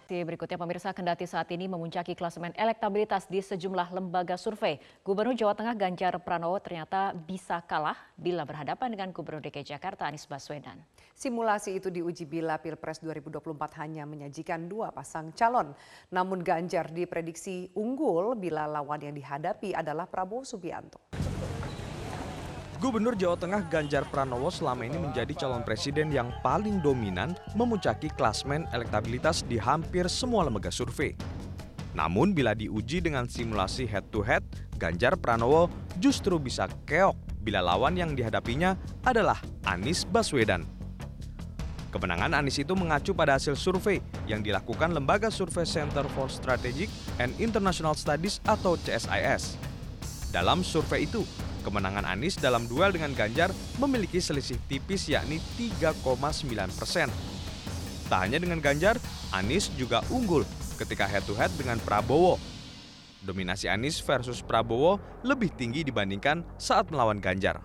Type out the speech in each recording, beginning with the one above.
Berikutnya pemirsa, kendati saat ini memuncaki klasemen elektabilitas di sejumlah lembaga survei, Gubernur Jawa Tengah Ganjar Pranowo ternyata bisa kalah bila berhadapan dengan Gubernur DKI Jakarta Anies Baswedan. Simulasi itu diuji bila Pilpres 2024 hanya menyajikan dua pasang calon. Namun Ganjar diprediksi unggul bila lawan yang dihadapi adalah Prabowo Subianto. Gubernur Jawa Tengah Ganjar Pranowo selama ini menjadi calon presiden yang paling dominan memuncaki klasmen elektabilitas di hampir semua lembaga survei. Namun bila diuji dengan simulasi head-to-head, Ganjar Pranowo justru bisa keok bila lawan yang dihadapinya adalah Anies Baswedan. Kemenangan Anies itu mengacu pada hasil survei yang dilakukan Lembaga Survei Center for Strategic and International Studies atau CSIS. Dalam survei itu, kemenangan Anies dalam duel dengan Ganjar memiliki selisih tipis yakni 3,9%. Tak hanya dengan Ganjar, Anies juga unggul ketika head-to-head dengan Prabowo. Dominasi Anies versus Prabowo lebih tinggi dibandingkan saat melawan Ganjar.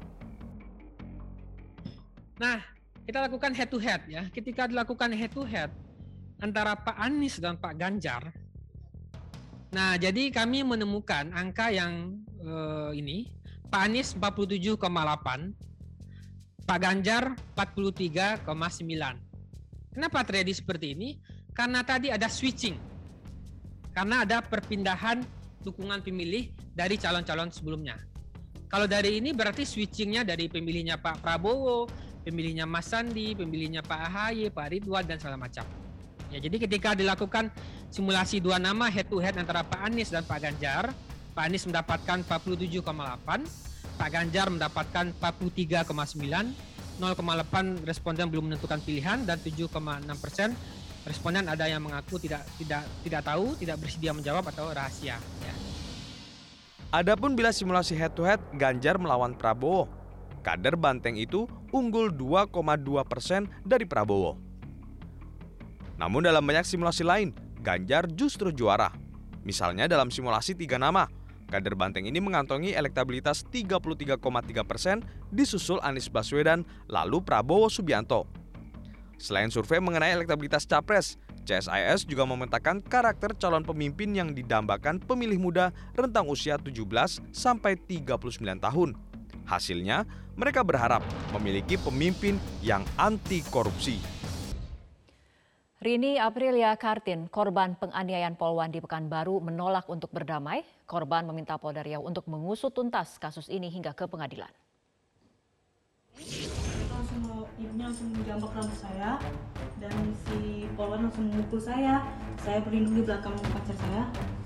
Nah, kita lakukan head-to-head ya. Ketika dilakukan head-to-head antara Pak Anies dan Pak Ganjar, nah jadi kami menemukan angka yang ini, Pak Anies 47,8, Pak Ganjar 43,9. Kenapa terjadi seperti ini? Karena tadi ada switching. Karena ada perpindahan dukungan pemilih dari calon-calon sebelumnya. Kalau dari ini berarti switchingnya dari pemilihnya Pak Prabowo, pemilihnya Mas Sandi, pemilihnya Pak AHY, Pak Ridwan, dan segala macam. Ya, jadi ketika dilakukan simulasi dua nama head-to-head antara Pak Anies dan Pak Ganjar, Pak Anies mendapatkan 47,8, Pak Ganjar mendapatkan 43,9, 0,8 responden belum menentukan pilihan, dan 7,6% responden ada yang mengaku tidak tahu, tidak bersedia menjawab atau rahasia. Ya. Adapun bila simulasi head-to-head Ganjar melawan Prabowo, kader Banteng itu unggul 2,2% dari Prabowo. Namun dalam banyak simulasi lain, Ganjar justru juara. Misalnya dalam simulasi 3 nama, kader Banteng ini mengantongi elektabilitas 33,3%, disusul Anies Baswedan, lalu Prabowo Subianto. Selain survei mengenai elektabilitas capres, CSIS juga memetakan karakter calon pemimpin yang didambakan pemilih muda rentang usia 17 sampai 39 tahun. Hasilnya, mereka berharap memiliki pemimpin yang anti korupsi. Rini Aprilia Kartin, korban penganiayaan Polwan di Pekanbaru, menolak untuk berdamai. Korban meminta Polda Riau untuk mengusut tuntas kasus ini hingga ke pengadilan. Ibunya langsung menjambak rambut saya dan si Polwan langsung memukul saya. Saya berlindung di belakang pacar saya.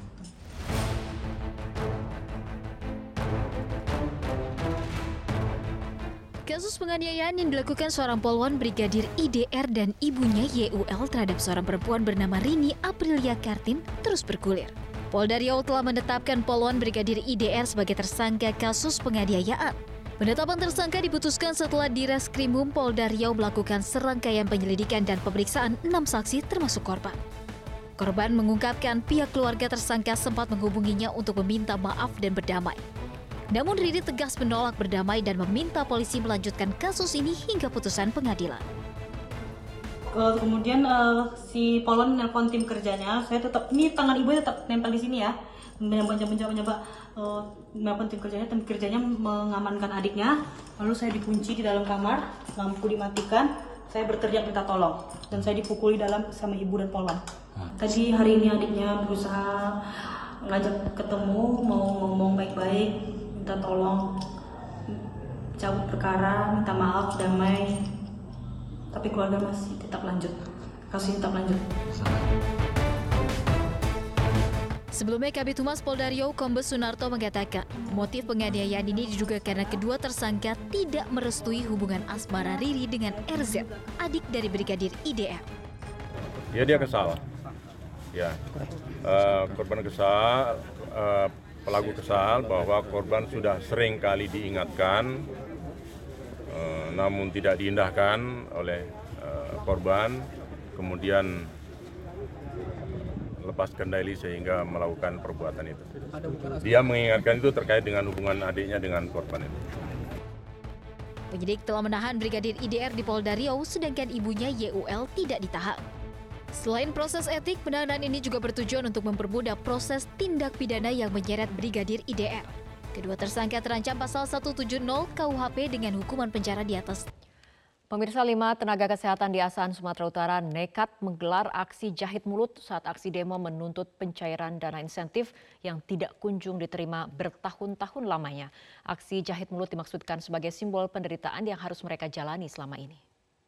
Kasus penganiayaan yang dilakukan seorang polwan Brigadir IDR dan ibunya YUL terhadap seorang perempuan bernama Rini Aprilia Kartin terus bergulir. Polda Riau telah menetapkan polwan Brigadir IDR sebagai tersangka kasus penganiayaan. Penetapan tersangka diputuskan setelah Direskrimum Polda Riau melakukan serangkaian penyelidikan dan pemeriksaan 6 saksi termasuk korban. Korban mengungkapkan pihak keluarga tersangka sempat menghubunginya untuk meminta maaf dan berdamai. Namun Rini tegas menolak berdamai dan meminta polisi melanjutkan kasus ini hingga putusan pengadilan. Kemudian si Polwan menelpon tim kerjanya. Saya tetap, ini tangan ibu tetap nempel di sini ya. Mencoba menelpon tim kerjanya mengamankan adiknya. Lalu saya dikunci di dalam kamar, lampu dimatikan. Saya berteriak minta tolong dan saya dipukuli dalam sama ibu dan Polwan. Tadi hari ini adiknya berusaha ngajak ketemu, mau ngomong baik-baik, minta tolong cabut perkara, minta maaf, damai, tapi keluarga masih tetap lanjut, kasus tetap lanjut. Sebelumnya Kabid Humas Polda Riau Kombes Sunarto mengatakan motif penganiayaan ini diduga karena kedua tersangka tidak merestui hubungan asmara Riri dengan RZ, adik dari Brigadir IDR. Ya, dia kesal. Ya, korban kesal, pelaku kesal bahwa korban sudah sering kali diingatkan, namun tidak diindahkan oleh korban, kemudian lepas kendali sehingga melakukan perbuatan itu. Dia mengingatkan itu terkait dengan hubungan adiknya dengan korban itu. Penyidik telah menahan Brigadir IDR di Polda Riau, sedangkan ibunya YUL tidak ditahan. Selain proses etik, penahanan ini juga bertujuan untuk mempermudah proses tindak pidana yang menyeret Brigadir IDR. Kedua tersangka terancam pasal 170 KUHP dengan hukuman penjara di atas. Pemirsa, 5 tenaga kesehatan di Asahan, Sumatera Utara nekat menggelar aksi jahit mulut saat aksi demo menuntut pencairan dana insentif yang tidak kunjung diterima bertahun-tahun lamanya. Aksi jahit mulut dimaksudkan sebagai simbol penderitaan yang harus mereka jalani selama ini.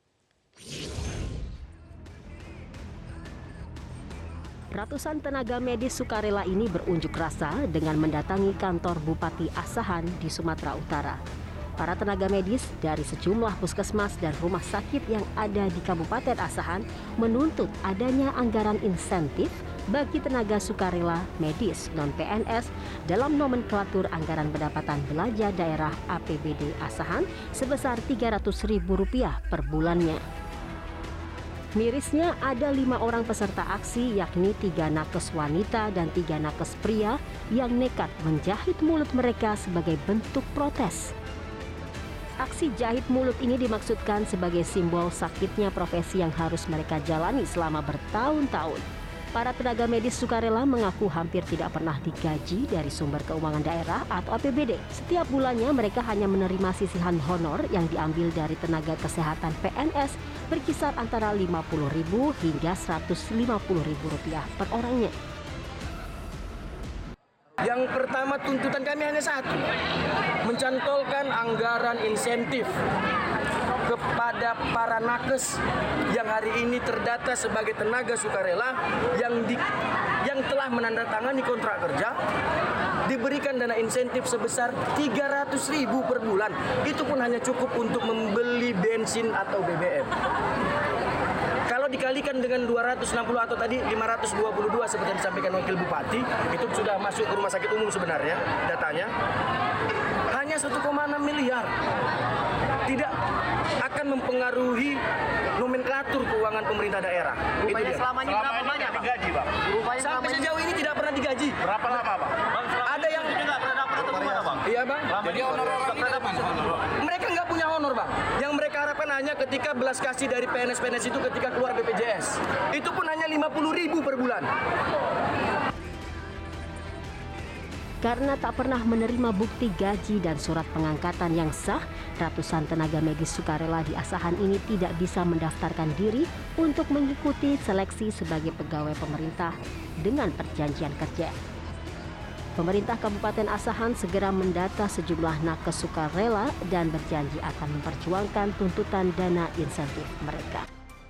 Ratusan tenaga medis sukarela ini berunjuk rasa dengan mendatangi kantor Bupati Asahan di Sumatera Utara. Para tenaga medis dari sejumlah puskesmas dan rumah sakit yang ada di Kabupaten Asahan menuntut adanya anggaran insentif bagi tenaga sukarela medis non-PNS dalam nomenklatur anggaran pendapatan belanja daerah APBD Asahan sebesar Rp300.000 per bulannya. Mirisnya ada 5 orang peserta aksi, yakni 3 nakes wanita dan 3 nakes pria yang nekat menjahit mulut mereka sebagai bentuk protes. Aksi jahit mulut ini dimaksudkan sebagai simbol sakitnya profesi yang harus mereka jalani selama bertahun-tahun. Para tenaga medis sukarela mengaku hampir tidak pernah digaji dari sumber keuangan daerah atau APBD. Setiap bulannya mereka hanya menerima sisihan honor yang diambil dari tenaga kesehatan PNS berkisar antara Rp50.000 hingga Rp150.000 per orangnya. Yang pertama, tuntutan kami hanya satu, mencantolkan anggaran insentif kepada para nakes yang hari ini terdata sebagai tenaga sukarela yang telah menandatangani kontrak kerja, diberikan dana insentif sebesar Rp300.000 per bulan. Itu pun hanya cukup untuk membeli bensin atau BBM. Kalau dikalikan dengan 260 atau tadi 522 seperti yang disampaikan Wakil Bupati, itu sudah masuk ke rumah sakit umum sebenarnya datanya. Hanya 1,6 miliar. Tidak akan mempengaruhi nomenklatur keuangan pemerintah daerah. Rupanya selama ini berapa banyak, Pak? Digaji, Pak? Sampai sejauh ini tidak pernah digaji. Berapa lama, Pak? Ada yang tidak pernah dapat atau gimana, Bang? Iya, Bang. Jadi honor-honor mereka nggak punya honor, Bang. Yang mereka harapkan hanya ketika belas kasih dari PNS-PNS itu ketika keluar BPJS. Itu pun hanya Rp50.000 per bulan. Karena tak pernah menerima bukti gaji dan surat pengangkatan yang sah, ratusan tenaga medis sukarela di Asahan ini tidak bisa mendaftarkan diri untuk mengikuti seleksi sebagai pegawai pemerintah dengan perjanjian kerja. Pemerintah Kabupaten Asahan segera mendata sejumlah nakes sukarela dan berjanji akan memperjuangkan tuntutan dana insentif mereka.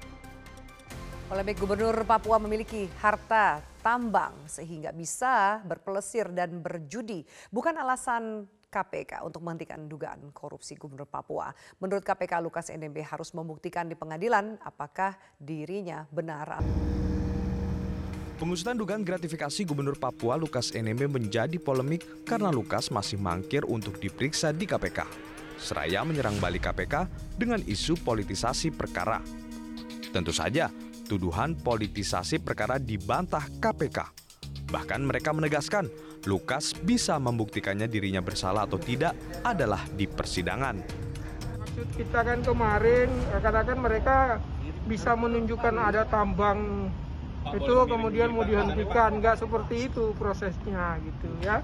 Polemik Gubernur Papua memiliki harta tambang sehingga bisa berpelesir dan berjudi. Bukan alasan KPK untuk menghentikan dugaan korupsi Gubernur Papua. Menurut KPK, Lukas NMB harus membuktikan di pengadilan apakah dirinya benar. Pengusutan dugaan gratifikasi Gubernur Papua Lukas NMB menjadi polemik karena Lukas masih mangkir untuk diperiksa di KPK. Seraya menyerang balik KPK dengan isu politisasi perkara. Tentu saja, tuduhan politisasi perkara dibantah KPK. Bahkan mereka menegaskan Lukas bisa membuktikannya dirinya bersalah atau tidak adalah di persidangan. Maksud kita kan kemarin katakan mereka bisa menunjukkan ada tambang itu kemudian mau dihentikan, nggak seperti itu prosesnya gitu ya.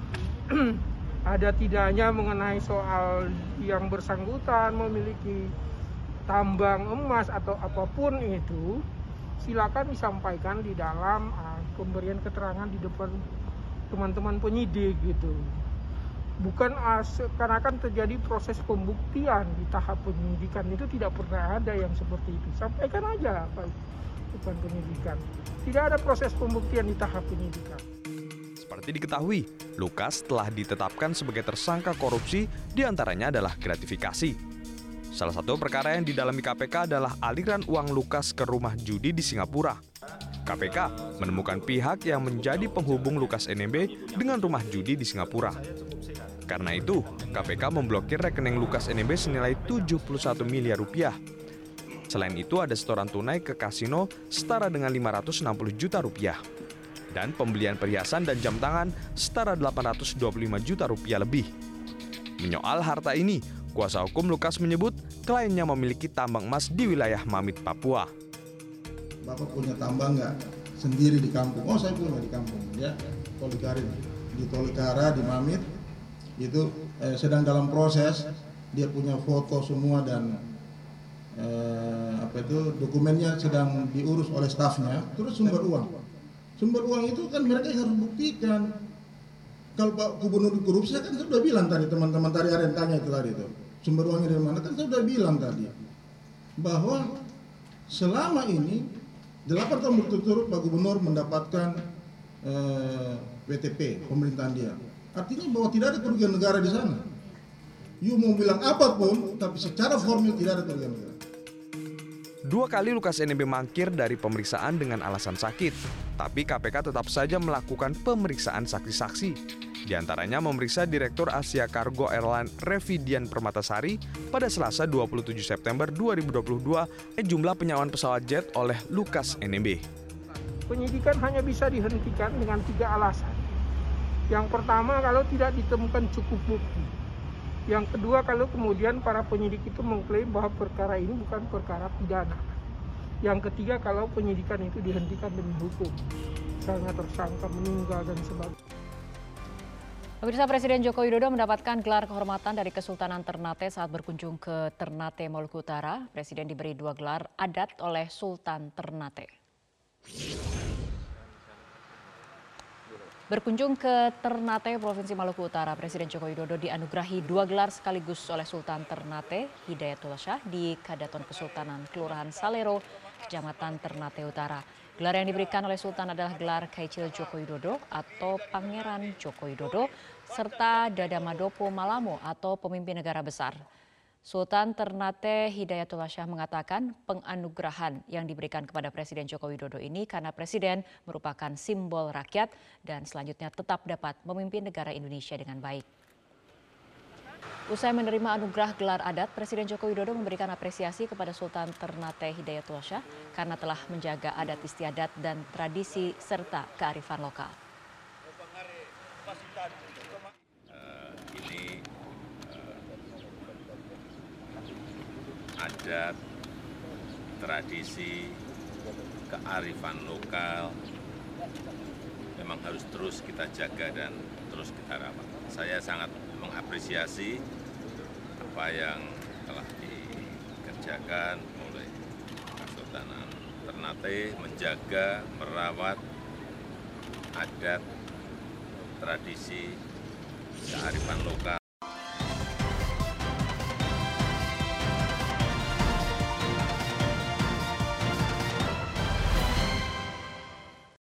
Ada tidaknya mengenai soal yang bersangkutan memiliki tambang emas atau apapun itu, silakan disampaikan di dalam pemberian keterangan di depan teman-teman penyidik gitu. Bukan karena akan terjadi proses pembuktian di tahap penyidikan itu tidak pernah ada yang seperti itu. Sampaikan aja Pak depan penyidikan. Tidak ada proses pembuktian di tahap penyidikan. Seperti diketahui, Lukas telah ditetapkan sebagai tersangka korupsi, diantaranya adalah gratifikasi. Salah satu perkara yang didalami KPK adalah aliran uang Lukas ke rumah judi di Singapura. KPK menemukan pihak yang menjadi penghubung Lukas NMB dengan rumah judi di Singapura. Karena itu, KPK memblokir rekening Lukas NMB senilai 71 miliar rupiah. Selain itu, ada setoran tunai ke kasino setara dengan 560 juta rupiah. Dan pembelian perhiasan dan jam tangan setara 825 juta rupiah lebih. Menyoal harta ini, kuasa hukum Lukas menyebut kliennya memiliki tambang emas di wilayah Mamit, Papua. Bapak punya tambang nggak sendiri di kampung? Oh, saya punya di kampung, ya. Tolikara, di Tolikara, di Mamit, itu sedang dalam proses. Dia punya foto semua dan dokumennya sedang diurus oleh stafnya. Terus sumber uang itu kan mereka yang harus buktikan. Kalau Pak Gubernur korupsi kan saya sudah bilang tadi, teman-teman tadi ada yang tanya itu tadi itu sumber uangnya dari mana, kan saya sudah bilang tadi bahwa selama ini 8 tahun berturut-turut Pak Gubernur mendapatkan WTP pemerintahan dia. Artinya bahwa tidak ada kerugian negara di sana. You mau bilang apapun, tapi secara formil tidak ada kerugian negara. 2 kali Lukas NMB mangkir dari pemeriksaan dengan alasan sakit, tapi KPK tetap saja melakukan pemeriksaan saksi-saksi. Di antaranya memeriksa Direktur Asia Cargo Airline Revidian Permatasari pada Selasa 27 September 2022 jumlah penyewaan pesawat jet oleh Lukas NMB. Penyidikan hanya bisa dihentikan dengan 3 alasan. Yang pertama, kalau tidak ditemukan cukup bukti. Yang kedua, kalau kemudian para penyidik itu mengklaim bahwa perkara ini bukan perkara pidana. Yang ketiga, kalau penyidikan itu dihentikan demi hukum, misalnya tersangka meninggal dan sebagainya. Pemirsa, Presiden Joko Widodo mendapatkan gelar kehormatan dari Kesultanan Ternate saat berkunjung ke Ternate, Maluku Utara. Presiden diberi 2 gelar adat oleh Sultan Ternate. Berkunjung ke Ternate, Provinsi Maluku Utara, Presiden Joko Widodo dianugerahi 2 gelar sekaligus oleh Sultan Ternate, Hidayatullah Shah di Kadaton Kesultanan Kelurahan Salero, Kecamatan Ternate Utara. Gelar yang diberikan oleh Sultan adalah gelar Kaicil Joko Widodo atau Pangeran Joko Widodo, serta Dada Madopo Malamo atau pemimpin negara besar. Sultan Ternate Hidayatullah Shah mengatakan penganugerahan yang diberikan kepada Presiden Joko Widodo ini karena Presiden merupakan simbol rakyat dan selanjutnya tetap dapat memimpin negara Indonesia dengan baik. Usai menerima anugerah gelar adat, Presiden Joko Widodo memberikan apresiasi kepada Sultan Ternate Hidayatullah Shah karena telah menjaga adat istiadat dan tradisi serta kearifan lokal. Adat, tradisi, kearifan lokal memang harus terus kita jaga dan terus kita rawat. Saya sangat mengapresiasi apa yang telah dikerjakan oleh Kesultanan Ternate menjaga, merawat adat, tradisi, kearifan lokal